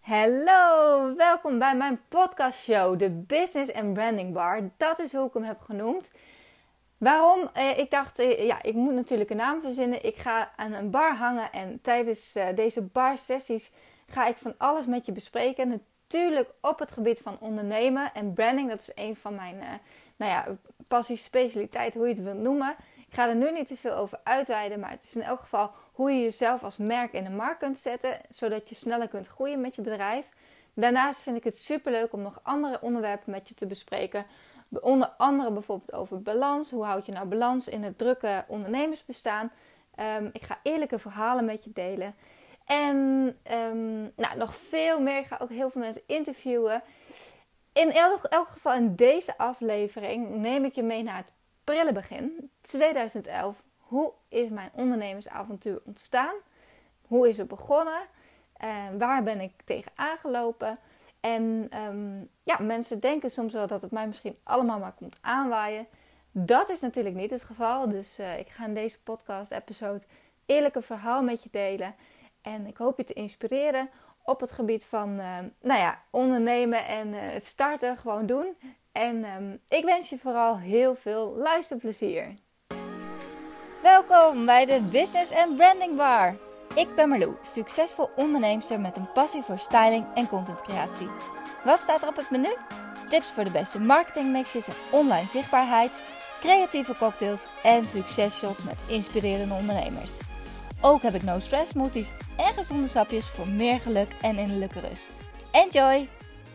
Hallo, welkom bij mijn podcastshow, de Business and Branding Bar. Dat is hoe ik hem heb genoemd. Waarom? Ik dacht, ik moet natuurlijk een naam verzinnen. Ik ga aan een bar hangen en tijdens deze barsessies ga ik van alles met je bespreken. Natuurlijk op het gebied van ondernemen en branding. Dat is een van mijn passies, specialiteiten, hoe je het wilt noemen. Ik ga er nu niet te veel over uitweiden, maar het is in elk geval hoe je jezelf als merk in de markt kunt zetten, zodat je sneller kunt groeien met je bedrijf. Daarnaast vind ik het superleuk om nog andere onderwerpen met je te bespreken. Onder andere bijvoorbeeld over balans. Hoe houd je nou balans in het drukke ondernemersbestaan? Ik ga eerlijke verhalen met je delen. En nog veel meer. Ik ga ook heel veel mensen interviewen. In elk geval in deze aflevering neem ik je mee naar het prille begin. 2011. Hoe is mijn ondernemersavontuur ontstaan? Hoe is het begonnen? Waar ben ik tegen aangelopen? En mensen denken soms wel dat het mij misschien allemaal maar komt aanwaaien. Dat is natuurlijk niet het geval. Dus ik ga in deze podcast-episode eerlijk een verhaal met je delen. En ik hoop je te inspireren op het gebied van ondernemen en het starten, gewoon doen. En ik wens je vooral heel veel luisterplezier. Welkom bij de Business and Branding Bar. Ik ben Marlou, succesvol onderneemster met een passie voor styling en contentcreatie. Wat staat er op het menu? Tips voor de beste marketingmixes en online zichtbaarheid, creatieve cocktails en successhots met inspirerende ondernemers. Ook heb ik no-stress smoothies en gezonde sapjes voor meer geluk en innerlijke rust. Enjoy!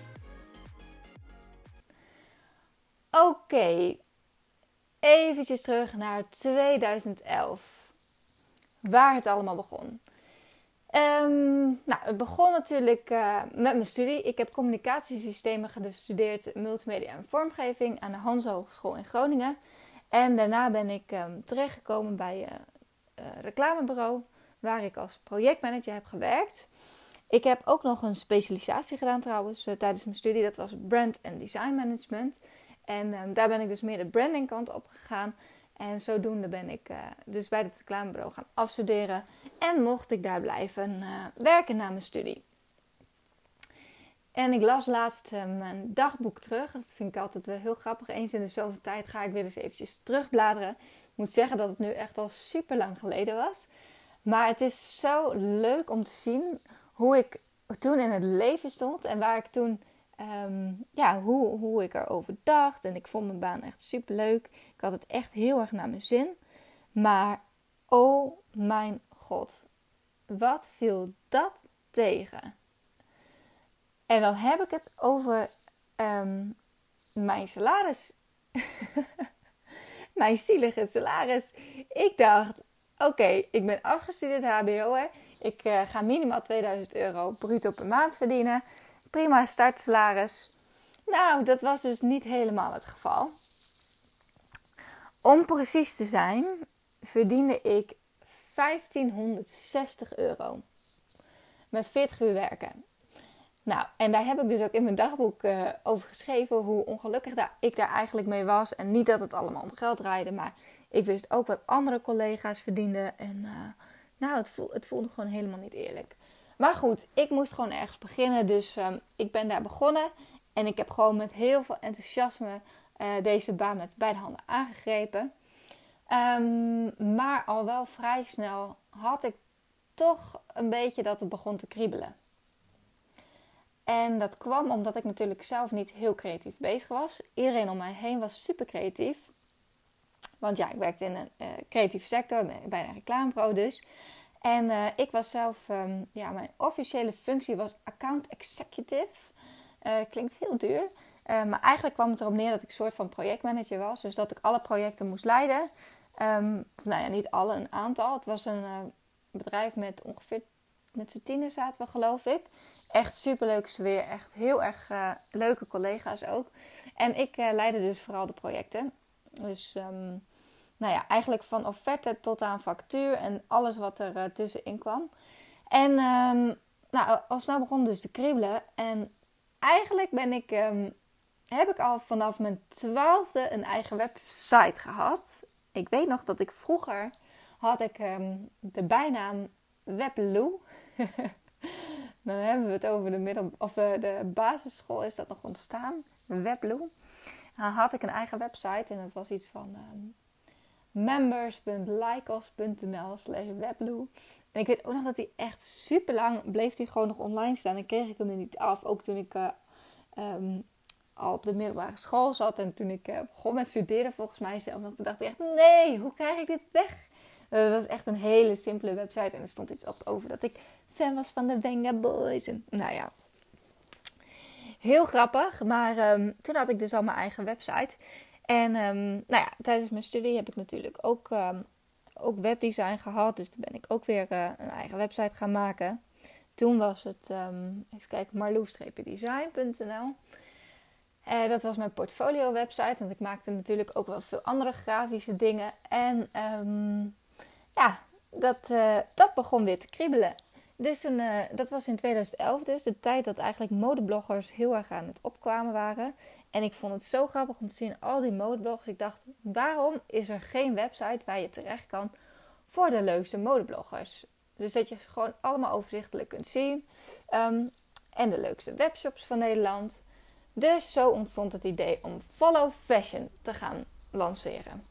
Oké, eventjes terug naar 2011. Waar het allemaal begon. Het begon natuurlijk met mijn studie. Ik heb communicatiesystemen gestudeerd, multimedia en vormgeving aan de Hanze Hogeschool in Groningen. En daarna ben ik terechtgekomen bij een reclamebureau waar ik als projectmanager heb gewerkt. Ik heb ook nog een specialisatie gedaan trouwens tijdens mijn studie. Dat was brand en design management. En daar ben ik dus meer de branding kant op gegaan. En zodoende ben ik dus bij het reclamebureau gaan afstuderen. En mocht ik daar blijven werken na mijn studie. En ik las laatst mijn dagboek terug. Dat vind ik altijd wel heel grappig. Eens in de zoveel tijd ga ik weer eens eventjes terugbladeren. Ik moet zeggen dat het nu echt al super lang geleden was. Maar het is zo leuk om te zien hoe ik toen in het leven stond. En waar ik toen... hoe ik erover dacht. En ik vond mijn baan echt super leuk. Ik had het echt heel erg naar mijn zin. Maar, oh mijn god. Wat viel dat tegen? En dan heb ik het over mijn salaris. Mijn zielige salaris. Ik dacht, oké, ik ben afgestudeerd hbo'er. Ik ga minimaal €2000 bruto per maand verdienen. Prima startsalaris. Nou, dat was dus niet helemaal het geval. Om precies te zijn, verdiende ik €1560. Met 40 uur werken. Nou, en daar heb ik dus ook in mijn dagboek over geschreven hoe ongelukkig ik daar eigenlijk mee was. En niet dat het allemaal om geld draaide, maar ik wist ook wat andere collega's verdienden. En het voelde gewoon helemaal niet eerlijk. Maar goed, ik moest gewoon ergens beginnen. Dus ik ben daar begonnen. En ik heb gewoon met heel veel enthousiasme deze baan met beide handen aangegrepen. Maar al wel vrij snel had ik toch een beetje dat het begon te kriebelen. En dat kwam omdat ik natuurlijk zelf niet heel creatief bezig was. Iedereen om mij heen was super creatief. Want ja, ik werkte in een creatieve sector, bij een reclamebureau dus. En ik was zelf, mijn officiële functie was account executive. Klinkt heel duur. Maar eigenlijk kwam het erop neer dat ik een soort van projectmanager was. Dus dat ik alle projecten moest leiden. Niet alle, een aantal. Het was een bedrijf met ongeveer met z'n 10 zaten we, geloof ik. Echt superleuke sfeer. Echt heel erg leuke collega's ook. En ik leidde dus vooral de projecten. Dus eigenlijk van offerte tot aan factuur en alles wat er tussenin kwam. En al snel begon dus te kriebelen. En eigenlijk heb ik al vanaf mijn 12e een eigen website gehad. Ik weet nog dat ik vroeger had ik de bijnaam Weblou. Dan hebben we het over de basisschool is dat nog ontstaan. Webloe. Dan had ik een eigen website en dat was iets van members.lycos.nl/webloe. En ik weet ook nog dat die echt super lang bleef die gewoon nog online staan. En kreeg ik hem er niet af. Ook toen ik al op de middelbare school zat. En toen ik begon met studeren volgens mij zelf. Toen dacht ik echt, nee, hoe krijg ik dit weg? Dat was echt een hele simpele website. En er stond iets op over dat ik fan was van de Venga Boys. En nou ja, heel grappig. Maar toen had ik dus al mijn eigen website. En nou ja, tijdens mijn studie heb ik natuurlijk ook webdesign gehad. Dus toen ben ik ook weer een eigen website gaan maken. Toen was het, even kijken, marloes-design.nl. Dat was mijn portfolio website. Want ik maakte natuurlijk ook wel veel andere grafische dingen. En ja, dat begon weer te kriebelen. Dus toen, dat was in 2011 dus. De tijd dat eigenlijk modebloggers heel erg aan het opkwamen waren. En ik vond het zo grappig om te zien al die modebloggers. Ik dacht, waarom is er geen website waar je terecht kan voor de leukste modebloggers? Dus dat je gewoon allemaal overzichtelijk kunt zien. En de leukste webshops van Nederland. Dus zo ontstond het idee om Follow Fashion te gaan lanceren.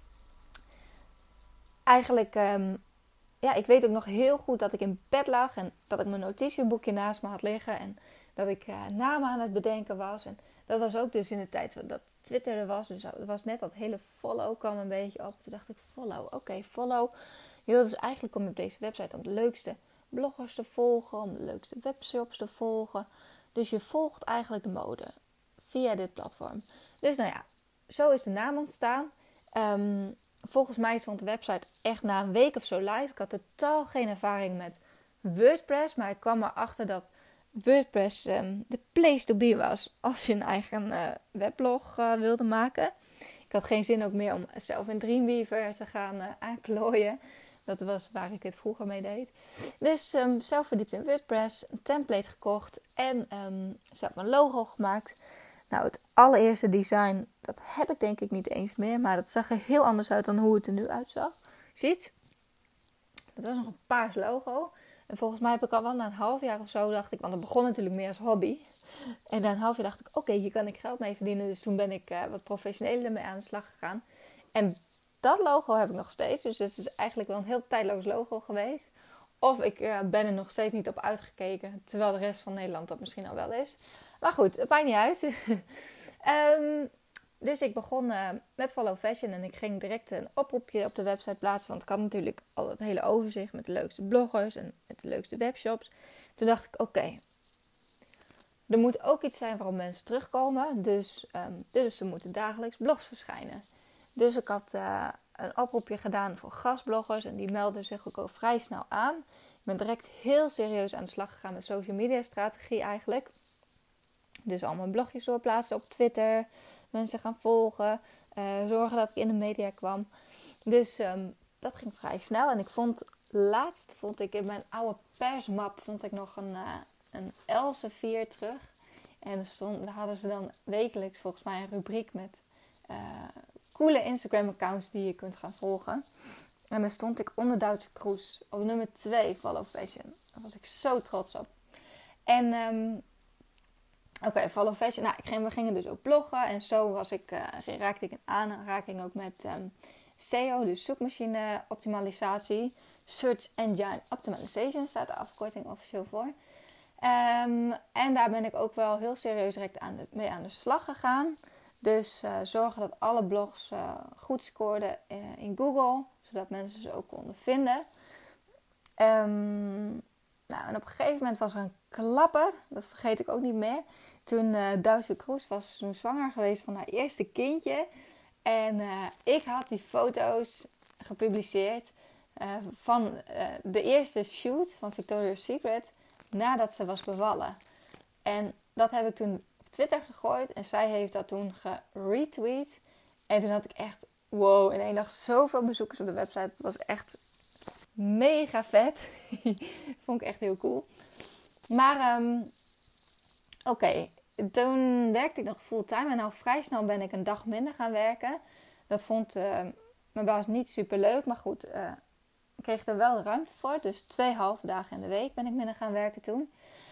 Eigenlijk, ja, ik weet ook nog heel goed dat ik in bed lag. En dat ik mijn notitieboekje naast me had liggen. En dat ik namen aan het bedenken was. En dat was ook dus in de tijd dat Twitter er was. Dus er was net dat hele follow kwam een beetje op. Toen dacht ik, oké, follow. Je wilt dus eigenlijk kom je op deze website om de leukste bloggers te volgen. Om de leukste webshops te volgen. Dus je volgt eigenlijk de mode via dit platform. Dus nou ja, zo is de naam ontstaan. Volgens mij stond de website echt na een week of zo live. Ik had totaal geen ervaring met WordPress. Maar ik kwam erachter dat WordPress de place to be was als je een eigen weblog wilde maken. Ik had geen zin ook meer om zelf in Dreamweaver te gaan aanklooien. Dat was waar ik het vroeger mee deed. Dus zelf verdiept in WordPress, een template gekocht en zelf een logo gemaakt. Nou, het allereerste design, dat heb ik denk ik niet eens meer. Maar dat zag er heel anders uit dan hoe het er nu uitzag. Ziet? Dat was nog een paars logo. En volgens mij heb ik al wel na een half jaar of zo dacht ik, want het begon natuurlijk meer als hobby. En na een half jaar dacht ik, oké, hier kan ik geld mee verdienen. Dus toen ben ik wat professioneler ermee aan de slag gegaan. En dat logo heb ik nog steeds. Dus het is eigenlijk wel een heel tijdloos logo geweest. Of ik ben er nog steeds niet op uitgekeken. Terwijl de rest van Nederland dat misschien al wel is. Maar goed, het maakt niet uit. Dus ik begon met Follow Fashion. En ik ging direct een oproepje op de website plaatsen. Want ik had natuurlijk al het hele overzicht met de leukste bloggers. En met de leukste webshops. Toen dacht ik, oké. Er moet ook iets zijn waarom mensen terugkomen. Dus er moeten dagelijks blogs verschijnen. Dus ik had een oproepje gedaan voor gastbloggers. En die melden zich ook al vrij snel aan. Ik ben direct heel serieus aan de slag gegaan met social media strategie eigenlijk. Dus al mijn blogjes doorplaatsen op Twitter. Mensen gaan volgen. Zorgen dat ik in de media kwam. Dus dat ging vrij snel. En ik laatst vond ik in mijn oude persmap nog een Elsevier terug. En daar hadden ze dan wekelijks volgens mij een rubriek met coole Instagram accounts die je kunt gaan volgen. En daar stond ik onder Duitse Kroes op nummer 2 Follow Fashion. Daar was ik zo trots op. En Follow Fashion. Nou, we gingen dus ook bloggen. En zo raakte ik in aanraking ook met SEO, dus zoekmachine optimalisatie. Search Engine Optimization staat de afkorting officieel voor. En daar ben ik ook wel heel serieus direct mee aan de slag gegaan. Dus zorgen dat alle blogs goed scoorden in Google. Zodat mensen ze ook konden vinden. Nou, en op een gegeven moment was er een klapper. Dat vergeet ik ook niet meer. Toen Duitse Kroes was toen zwanger geweest van haar eerste kindje. En ik had die foto's gepubliceerd van de eerste shoot van Victoria's Secret nadat ze was bevallen. En dat heb ik toen op Twitter gegooid en zij heeft dat toen geretweet. En toen had ik echt, wow, in één dag zoveel bezoekers op de website. Het was echt mega vet. Vond ik echt heel cool. Maar toen werkte ik nog fulltime. En nou vrij snel ben ik een dag minder gaan werken. Dat vond mijn baas niet super leuk. Maar goed, ik kreeg er wel ruimte voor. Dus 2 halve dagen in de week ben ik minder gaan werken toen.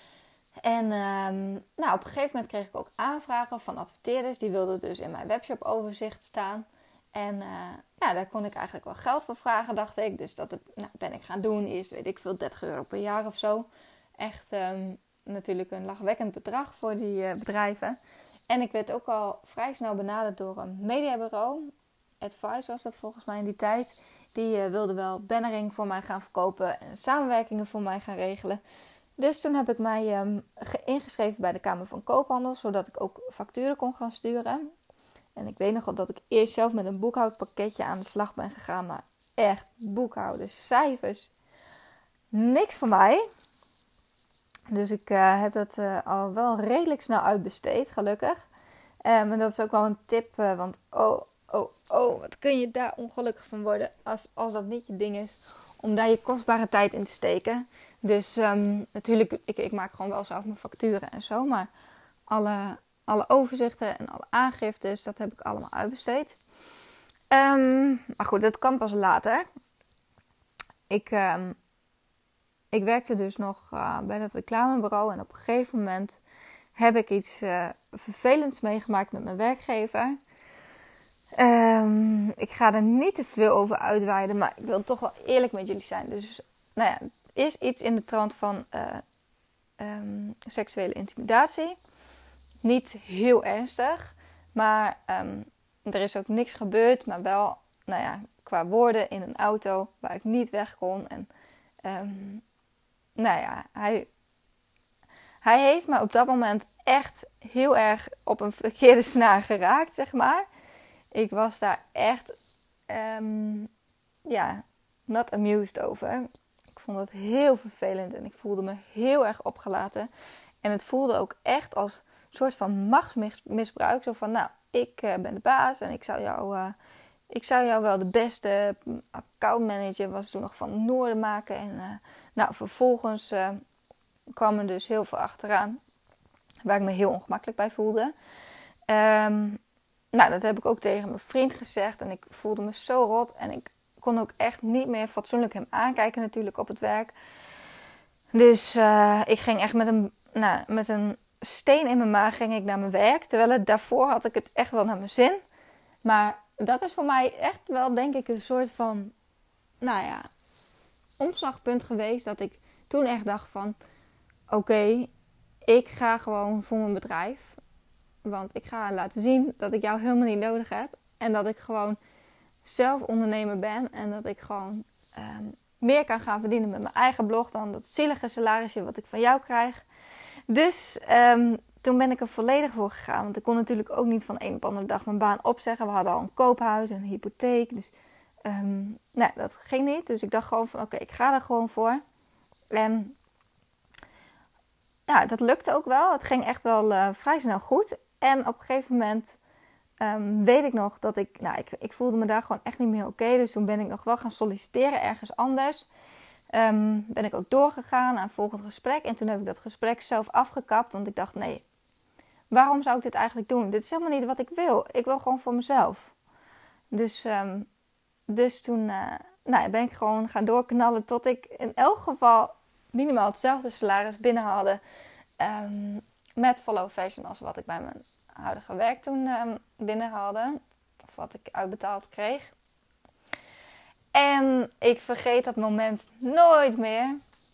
En nou, op een gegeven moment kreeg ik ook aanvragen van adverteerders. Die wilden dus in mijn webshop overzicht staan. En ja, daar kon ik eigenlijk wel geld voor vragen, dacht ik. Dus dat ben ik gaan doen. Eerst weet ik veel, €30 per jaar of zo. Echt natuurlijk een lachwekkend bedrag voor die bedrijven. En ik werd ook al vrij snel benaderd door een mediabureau. Advice was dat volgens mij in die tijd. Die wilde wel bannering voor mij gaan verkopen en samenwerkingen voor mij gaan regelen. Dus toen heb ik mij ingeschreven bij de Kamer van Koophandel, zodat ik ook facturen kon gaan sturen. En ik weet nog wel dat ik eerst zelf met een boekhoudpakketje aan de slag ben gegaan. Maar echt, boekhouden, cijfers, niks voor mij. Dus ik heb dat al wel redelijk snel uitbesteed, gelukkig. En dat is ook wel een tip, want wat kun je daar ongelukkig van worden als dat niet je ding is. Om daar je kostbare tijd in te steken. Dus natuurlijk, ik maak gewoon wel zelf mijn facturen en zo. Maar alle overzichten en alle aangiftes, dat heb ik allemaal uitbesteed. Maar goed, dat kan pas later. Ik werkte dus nog bij dat reclamebureau. En op een gegeven moment heb ik iets vervelends meegemaakt met mijn werkgever. Ik ga er niet te veel over uitweiden, maar ik wil toch wel eerlijk met jullie zijn. Dus, nou ja, is iets in de trant van seksuele intimidatie. Niet heel ernstig, maar er is ook niks gebeurd. Maar wel, nou ja, qua woorden in een auto waar ik niet weg kon. En nou ja, hij heeft me op dat moment echt heel erg op een verkeerde snaar geraakt, zeg maar. Ik was daar echt, not amused over. Ik vond het heel vervelend en ik voelde me heel erg opgelaten. En het voelde ook echt als een soort van machtsmisbruik. Zo van, nou, ik ben de baas en ik zou jou wel de beste accountmanager, was toen nog van Noorden, maken. En nou, vervolgens kwam er dus heel veel achteraan, waar ik me heel ongemakkelijk bij voelde. Nou, dat heb ik ook tegen mijn vriend gezegd. En ik voelde me zo rot. En ik kon ook echt niet meer fatsoenlijk hem aankijken natuurlijk op het werk. Dus ik ging echt met een steen in mijn maag ging ik naar mijn werk. Terwijl daarvoor had ik het echt wel naar mijn zin. Maar dat is voor mij echt wel, denk ik, een soort van, nou ja, omslagpunt geweest. Dat ik toen echt dacht van, oké, ik ga gewoon voor mijn bedrijf. Want ik ga laten zien dat ik jou helemaal niet nodig heb. En dat ik gewoon zelf ondernemer ben. En dat ik gewoon meer kan gaan verdienen met mijn eigen blog dan dat zielige salarisje wat ik van jou krijg. Dus toen ben ik er volledig voor gegaan. Want ik kon natuurlijk ook niet van een op andere dag mijn baan opzeggen. We hadden al een koophuis en een hypotheek. Dus nou, dat ging niet. Dus ik dacht gewoon van oké, ik ga er gewoon voor. En ja, dat lukte ook wel. Het ging echt wel vrij snel goed. En op een gegeven moment weet ik nog dat ik voelde me daar gewoon echt niet meer oké. Dus toen ben ik nog wel gaan solliciteren ergens anders. Ben ik ook doorgegaan naar een volgend gesprek. En toen heb ik dat gesprek zelf afgekapt. Want ik dacht, nee, waarom zou ik dit eigenlijk doen? Dit is helemaal niet wat ik wil. Ik wil gewoon voor mezelf. Dus toen ben ik gewoon gaan doorknallen tot ik in elk geval minimaal hetzelfde salaris binnenhaalde. Met Follow Fashion als wat ik bij mijn huidige werk toen binnenhaalde. Of wat ik uitbetaald kreeg. En ik vergeet dat moment nooit meer.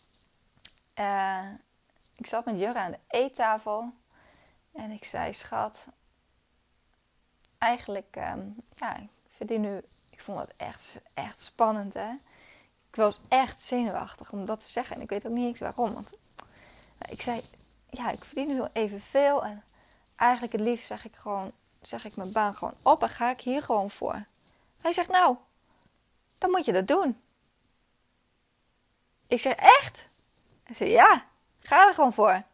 Ik zat met Jurre aan de eettafel. En ik zei, schat, eigenlijk, ik verdien nu. Ik vond het echt spannend, hè. Ik was echt zenuwachtig om dat te zeggen. En ik weet ook niet eens waarom. Want ik zei, ja, ik verdien nu evenveel. En eigenlijk het liefst zeg ik mijn baan gewoon op en ga ik hier gewoon voor. Hij zegt, nou, dan moet je dat doen. Ik zeg, echt? Hij zei, ja, ga er gewoon voor.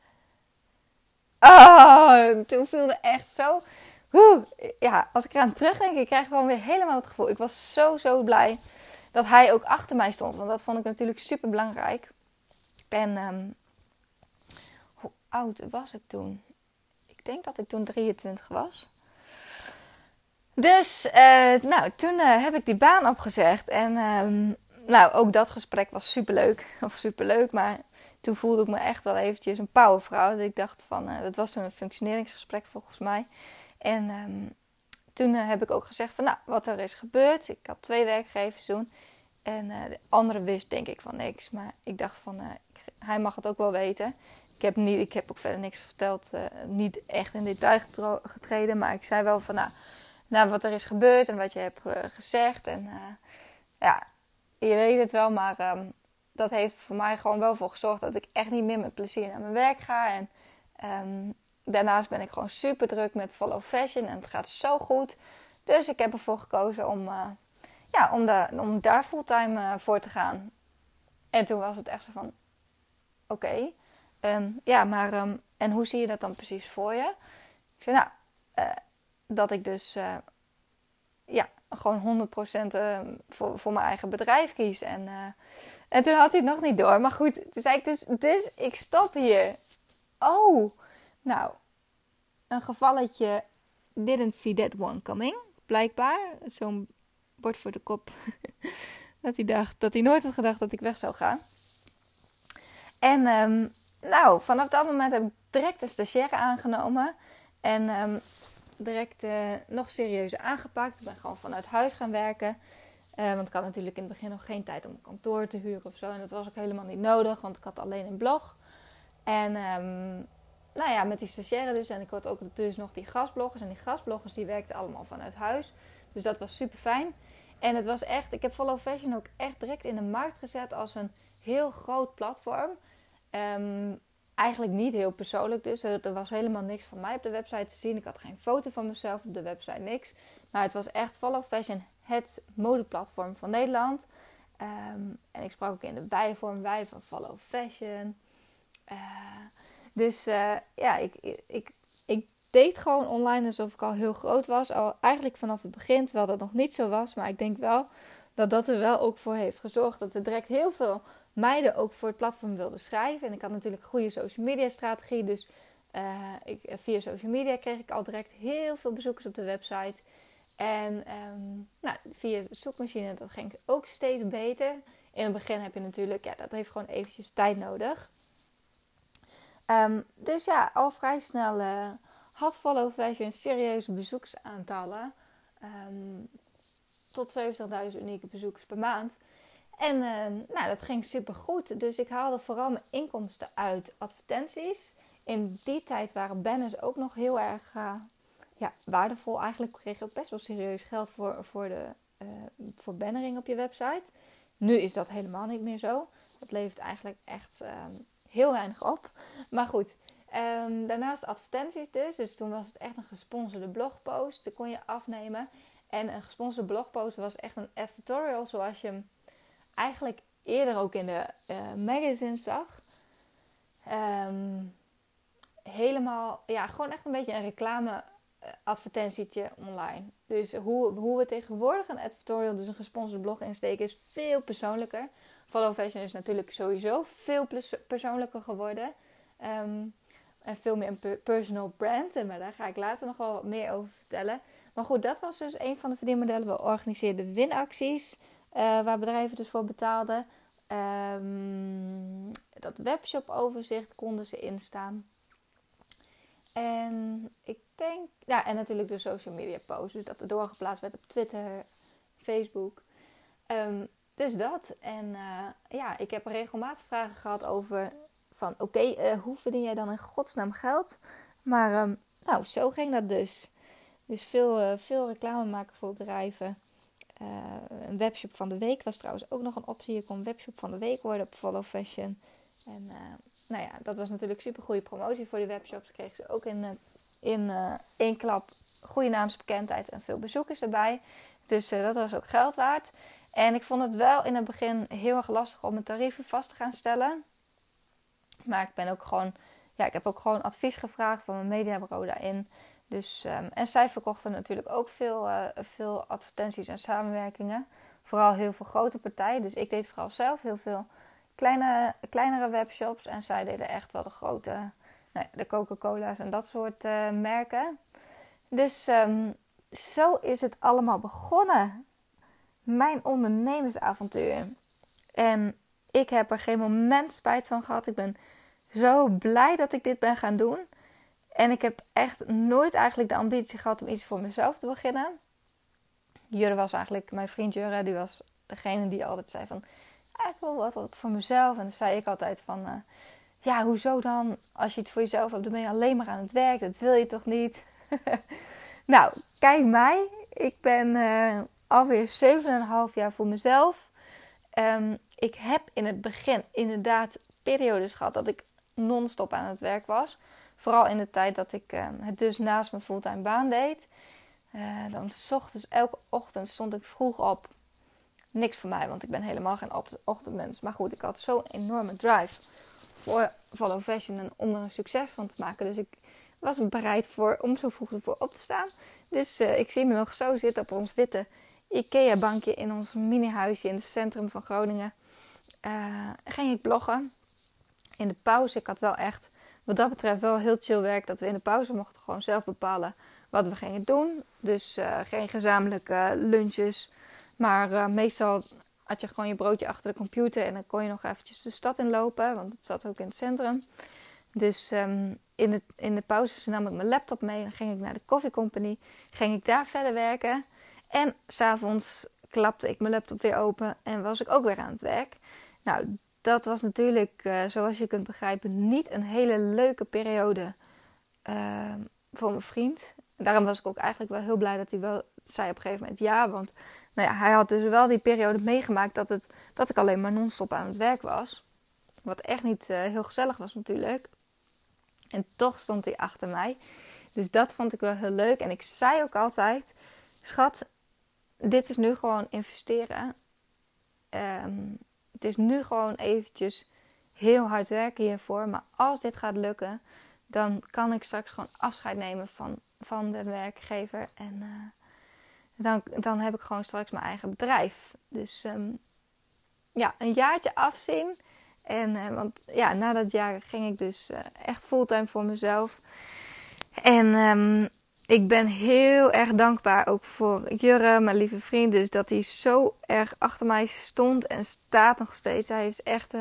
Oh, toen voelde echt zo. Ja, als ik eraan terugdenk, ik krijg gewoon weer helemaal het gevoel. Ik was zo blij dat hij ook achter mij stond. Want dat vond ik natuurlijk super belangrijk. En hoe oud was ik toen? Ik denk dat ik toen 23 was. Dus, toen heb ik die baan opgezegd. En Nou, ook dat gesprek was superleuk. Maar toen voelde ik me echt wel eventjes een powervrouw. Dat ik dacht van, dat was toen een functioneringsgesprek volgens mij. En toen heb ik ook gezegd van, nou, wat er is gebeurd. Ik had 2 werkgevers toen. En de andere wist denk ik van niks. Maar ik dacht van, hij mag het ook wel weten. Ik heb ook verder niks verteld. Niet echt in detail getreden. Maar ik zei wel van, nou wat er is gebeurd en wat je hebt gezegd. En ja, je weet het wel. Maar dat heeft voor mij gewoon wel voor gezorgd dat ik echt niet meer met plezier naar mijn werk ga. En daarnaast ben ik gewoon super druk met Follow Fashion. En het gaat zo goed. Dus ik heb ervoor gekozen om daar fulltime voor te gaan. En toen was het echt zo van, oké. En hoe zie je dat dan precies voor je? Ik zei, dat ik dus gewoon 100% voor mijn eigen bedrijf kies. En toen had hij het nog niet door. Maar goed, toen zei ik dus ik stop hier. Oh, nou, een gevalletje didn't see that one coming. Blijkbaar, zo'n bord voor de kop. dat hij nooit had gedacht dat ik weg zou gaan. En vanaf dat moment heb ik direct een stagiaire aangenomen. En direct nog serieuzer aangepakt. Ik ben gewoon vanuit huis gaan werken. Want ik had natuurlijk in het begin nog geen tijd om een kantoor te huren of zo. En dat was ook helemaal niet nodig, want ik had alleen een blog. En met die stagiaire dus. En ik had ook dus nog die gastbloggers. En die gastbloggers die werkten allemaal vanuit huis. Dus dat was super fijn. En het was echt, ik heb Follow Fashion ook echt direct in de markt gezet als een heel groot platform. Eigenlijk niet heel persoonlijk dus. Er was helemaal niks van mij op de website te zien. Ik had geen foto van mezelf op de website, niks. Maar het was echt Follow Fashion, het modeplatform van Nederland. En ik sprak ook in de wij-vorm, wij van Follow Fashion. Ik deed gewoon online alsof ik al heel groot was. Al eigenlijk vanaf het begin, terwijl dat nog niet zo was. Maar ik denk wel dat er wel ook voor heeft gezorgd dat er direct heel veel meiden ook voor het platform wilden schrijven. En ik had natuurlijk een goede social media strategie. Dus via social media kreeg ik al direct heel veel bezoekers op de website. En via de zoekmachine, dat ging ook steeds beter. In het begin heb je natuurlijk, dat heeft gewoon eventjes tijd nodig. Al vrij snel had Follow Fashion serieuze bezoekersaantallen. Tot 70.000 unieke bezoekers per maand. En dat ging super goed. Dus ik haalde vooral mijn inkomsten uit advertenties. In die tijd waren banners ook nog heel erg waardevol. Eigenlijk kreeg je ook best wel serieus geld voor bannering op je website. Nu is dat helemaal niet meer zo. Dat levert eigenlijk echt heel weinig op. Maar goed, daarnaast advertenties dus. Dus toen was het echt een gesponsorde blogpost. Die kon je afnemen. En een gesponsorde blogpost was echt een advertorial zoals je hem eigenlijk eerder ook in de magazine zag. Gewoon echt een beetje een reclame advertentietje online. Dus hoe we tegenwoordig een advertorial, dus een gesponsorde blog insteken, is veel persoonlijker. Follow Fashion is natuurlijk sowieso veel persoonlijker geworden. En veel meer een personal brand. Maar daar ga ik later nog wel wat meer over vertellen. Maar goed, dat was dus een van de verdienmodellen. We organiseerden winacties. Waar bedrijven dus voor betaalden. Dat webshop overzicht konden ze instaan. En ik denk... en natuurlijk de social media posts. Dus dat er doorgeplaatst werd op Twitter, Facebook. Dus dat. En ik heb regelmatig vragen gehad over... van hoe verdien jij dan in godsnaam geld? Maar zo ging dat dus. Dus veel reclame maken voor bedrijven. Een webshop van de week was trouwens ook nog een optie. Je kon webshop van de week worden op Follow Fashion. En dat was natuurlijk super goede promotie voor die webshops. Kregen ze ook in één klap goede naamsbekendheid en veel bezoekers erbij. Dus dat was ook geld waard. En ik vond het wel in het begin heel erg lastig om mijn tarieven vast te gaan stellen. Maar ik heb ook gewoon advies gevraagd van mijn mediabureau daarin. Dus, en zij verkochten natuurlijk ook veel advertenties en samenwerkingen. Vooral heel veel grote partijen. Dus ik deed vooral zelf heel veel kleinere webshops. En zij deden echt wel de grote, de Coca-Cola's en dat soort merken. Dus zo is het allemaal begonnen. Mijn ondernemersavontuur. En ik heb er geen moment spijt van gehad. Ik ben zo blij dat ik dit ben gaan doen. En ik heb echt nooit eigenlijk de ambitie gehad om iets voor mezelf te beginnen. Jurre was eigenlijk, mijn vriend Jurre, die was degene die altijd zei van, ik wil wat voor mezelf. En dan zei ik altijd van, ja, hoezo dan? Als je iets voor jezelf hebt, dan ben je alleen maar aan het werk. Dat wil je toch niet? Nou, kijk mij. Ik ben alweer 7,5 jaar voor mezelf. Ik heb in het begin inderdaad periodes gehad dat ik non-stop aan het werk was. Vooral in de tijd dat ik het dus naast mijn fulltime baan deed. Dan 's ochtends, elke ochtend stond ik vroeg op. Niks voor mij, want ik ben helemaal geen ochtendmens. Maar goed, ik had zo'n enorme drive voor Follow Fashion en om er een succes van te maken. Dus ik was bereid om zo vroeg ervoor op te staan. Dus ik zie me nog zo zitten op ons witte IKEA-bankje in ons mini-huisje in het centrum van Groningen. Ging ik bloggen. In de pauze, ik had wel echt, wat dat betreft, wel heel chill werk. Dat we in de pauze mochten gewoon zelf bepalen wat we gingen doen. Dus geen gezamenlijke lunches. Maar meestal had je gewoon je broodje achter de computer. En dan kon je nog eventjes de stad inlopen. Want het zat ook in het centrum. Dus in de pauzes nam ik mijn laptop mee. Dan ging ik naar de Coffee Company. Ging ik daar verder werken. En 's avonds klapte ik mijn laptop weer open. En was ik ook weer aan het werk. Nou, dat was natuurlijk, zoals je kunt begrijpen, niet een hele leuke periode voor mijn vriend. Daarom was ik ook eigenlijk wel heel blij dat hij wel zei op een gegeven moment ja. Want nou ja, hij had dus wel die periode meegemaakt dat ik alleen maar non-stop aan het werk was. Wat echt niet heel gezellig was natuurlijk. En toch stond hij achter mij. Dus dat vond ik wel heel leuk. En ik zei ook altijd, schat, dit is nu gewoon investeren. Het is nu gewoon eventjes heel hard werken hiervoor. Maar als dit gaat lukken, dan kan ik straks gewoon afscheid nemen van de werkgever. En dan heb ik gewoon straks mijn eigen bedrijf. Dus ja, een jaartje afzien. En want ja, na dat jaar ging ik dus echt fulltime voor mezelf. En ik ben heel erg dankbaar ook voor Jurre, mijn lieve vriend. Dus dat hij zo erg achter mij stond en staat nog steeds. Hij is echt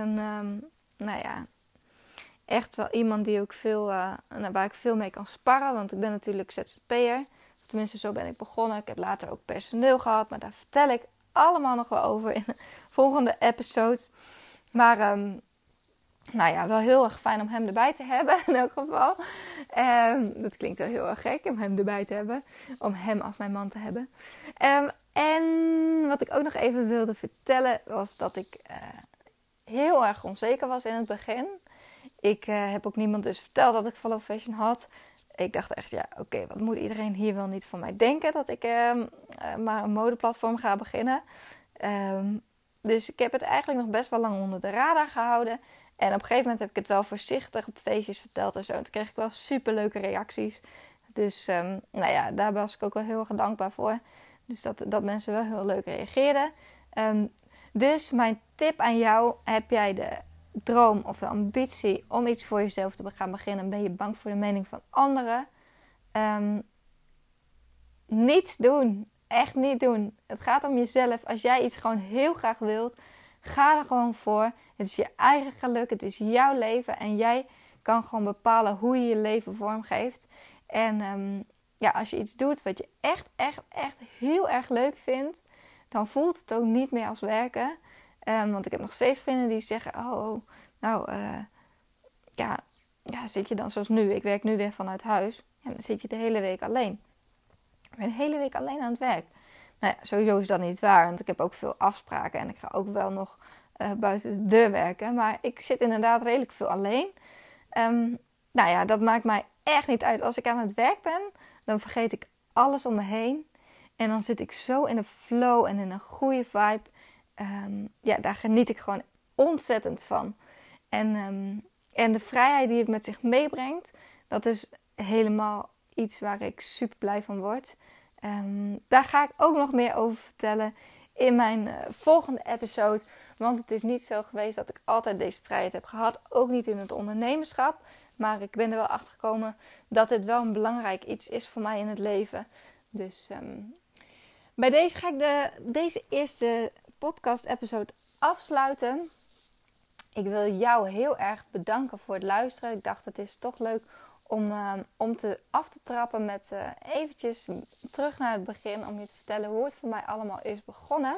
echt wel iemand die ook waar ik veel mee kan sparren. Want ik ben natuurlijk ZZP'er. Tenminste, zo ben ik begonnen. Ik heb later ook personeel gehad. Maar daar vertel ik allemaal nog wel over in de volgende episodes. Maar wel heel erg fijn om hem erbij te hebben in elk geval. Dat klinkt wel heel erg gek om hem erbij te hebben. Om hem als mijn man te hebben. En wat ik ook nog even wilde vertellen was dat ik heel erg onzeker was in het begin. Ik heb ook niemand dus verteld dat ik Follow Fashion had. Ik dacht echt, ja, oké, wat moet iedereen hier wel niet van mij denken dat ik maar een modeplatform ga beginnen. Dus ik heb het eigenlijk nog best wel lang onder de radar gehouden. En op een gegeven moment heb ik het wel voorzichtig op feestjes verteld en zo. En toen kreeg ik wel superleuke reacties. Dus daar was ik ook wel heel erg dankbaar voor. Dus dat mensen wel heel leuk reageerden. Dus mijn tip aan jou, heb jij de droom of de ambitie om iets voor jezelf te gaan beginnen, ben je bang voor de mening van anderen? Niet doen. Echt niet doen. Het gaat om jezelf. Als jij iets gewoon heel graag wilt, ga er gewoon voor. Het is je eigen geluk. Het is jouw leven. En jij kan gewoon bepalen hoe je je leven vormgeeft. En als je iets doet wat je echt heel erg leuk vindt, dan voelt het ook niet meer als werken. Want ik heb nog steeds vrienden die zeggen, zit je dan zoals nu? Ik werk nu weer vanuit huis. Ja, dan zit je de hele week alleen. Ik ben de hele week alleen aan het werk. Nou ja, sowieso is dat niet waar. Want ik heb ook veel afspraken. En ik ga ook wel nog buiten de deur werken. Maar ik zit inderdaad redelijk veel alleen. Dat maakt mij echt niet uit. Als ik aan het werk ben, dan vergeet ik alles om me heen. En dan zit ik zo in een flow en in een goede vibe. Daar geniet ik gewoon ontzettend van. En de vrijheid die het met zich meebrengt, dat is helemaal iets waar ik super blij van word. Daar ga ik ook nog meer over vertellen in mijn volgende episode. Want het is niet zo geweest dat ik altijd deze vrijheid heb gehad. Ook niet in het ondernemerschap. Maar ik ben er wel achter gekomen dat het wel een belangrijk iets is voor mij in het leven. Dus bij deze ga ik deze eerste podcast episode afsluiten. Ik wil jou heel erg bedanken voor het luisteren. Ik dacht het is toch leuk om af te trappen met eventjes terug naar het begin. Om je te vertellen hoe het voor mij allemaal is begonnen.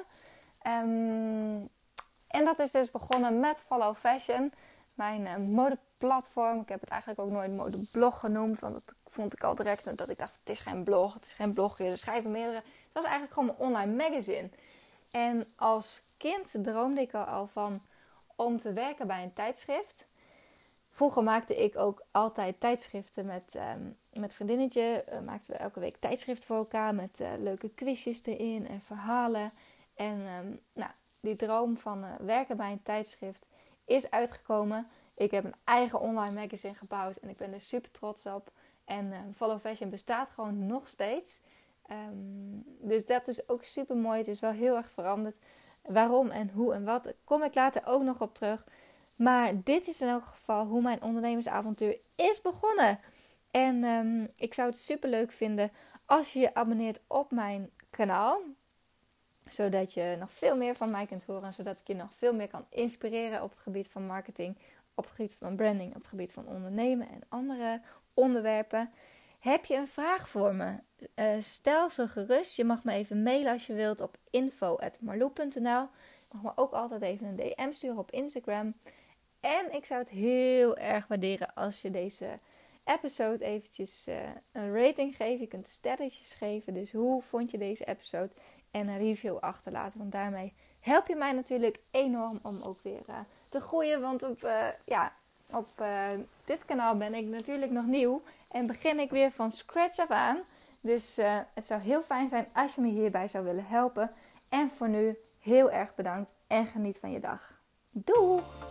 En dat is dus begonnen met Follow Fashion. Mijn modeplatform. Ik heb het eigenlijk ook nooit modeblog genoemd. Want dat vond ik al direct dat ik dacht het is geen blog. Het is geen blogje. Er schrijven meerdere. Het was eigenlijk gewoon mijn online magazine. En als kind droomde ik er al van om te werken bij een tijdschrift. Vroeger maakte ik ook altijd tijdschriften met vriendinnetje. Maakten we elke week tijdschrift voor elkaar met leuke quizjes erin en verhalen. En die droom van werken bij een tijdschrift is uitgekomen. Ik heb een eigen online magazine gebouwd en ik ben er super trots op. En Follow Fashion bestaat gewoon nog steeds. Dus dat is ook super mooi. Het is wel heel erg veranderd. Waarom en hoe en wat, daar kom ik later ook nog op terug. Maar dit is in elk geval hoe mijn ondernemersavontuur is begonnen. En ik zou het super leuk vinden als je je abonneert op mijn kanaal. Zodat je nog veel meer van mij kunt horen. Zodat ik je nog veel meer kan inspireren op het gebied van marketing. Op het gebied van branding. Op het gebied van ondernemen en andere onderwerpen. Heb je een vraag voor me? Stel ze gerust. Je mag me even mailen als je wilt op info@marloe.nl. Je mag me ook altijd even een DM sturen op Instagram. En ik zou het heel erg waarderen als je deze episode eventjes een rating geeft. Je kunt sterretjes geven. Dus hoe vond je deze episode? En een review achterlaten. Want daarmee help je mij natuurlijk enorm om ook weer te groeien. Want op dit kanaal ben ik natuurlijk nog nieuw. En begin ik weer van scratch af aan. Dus het zou heel fijn zijn als je me hierbij zou willen helpen. En voor nu heel erg bedankt en geniet van je dag. Doei!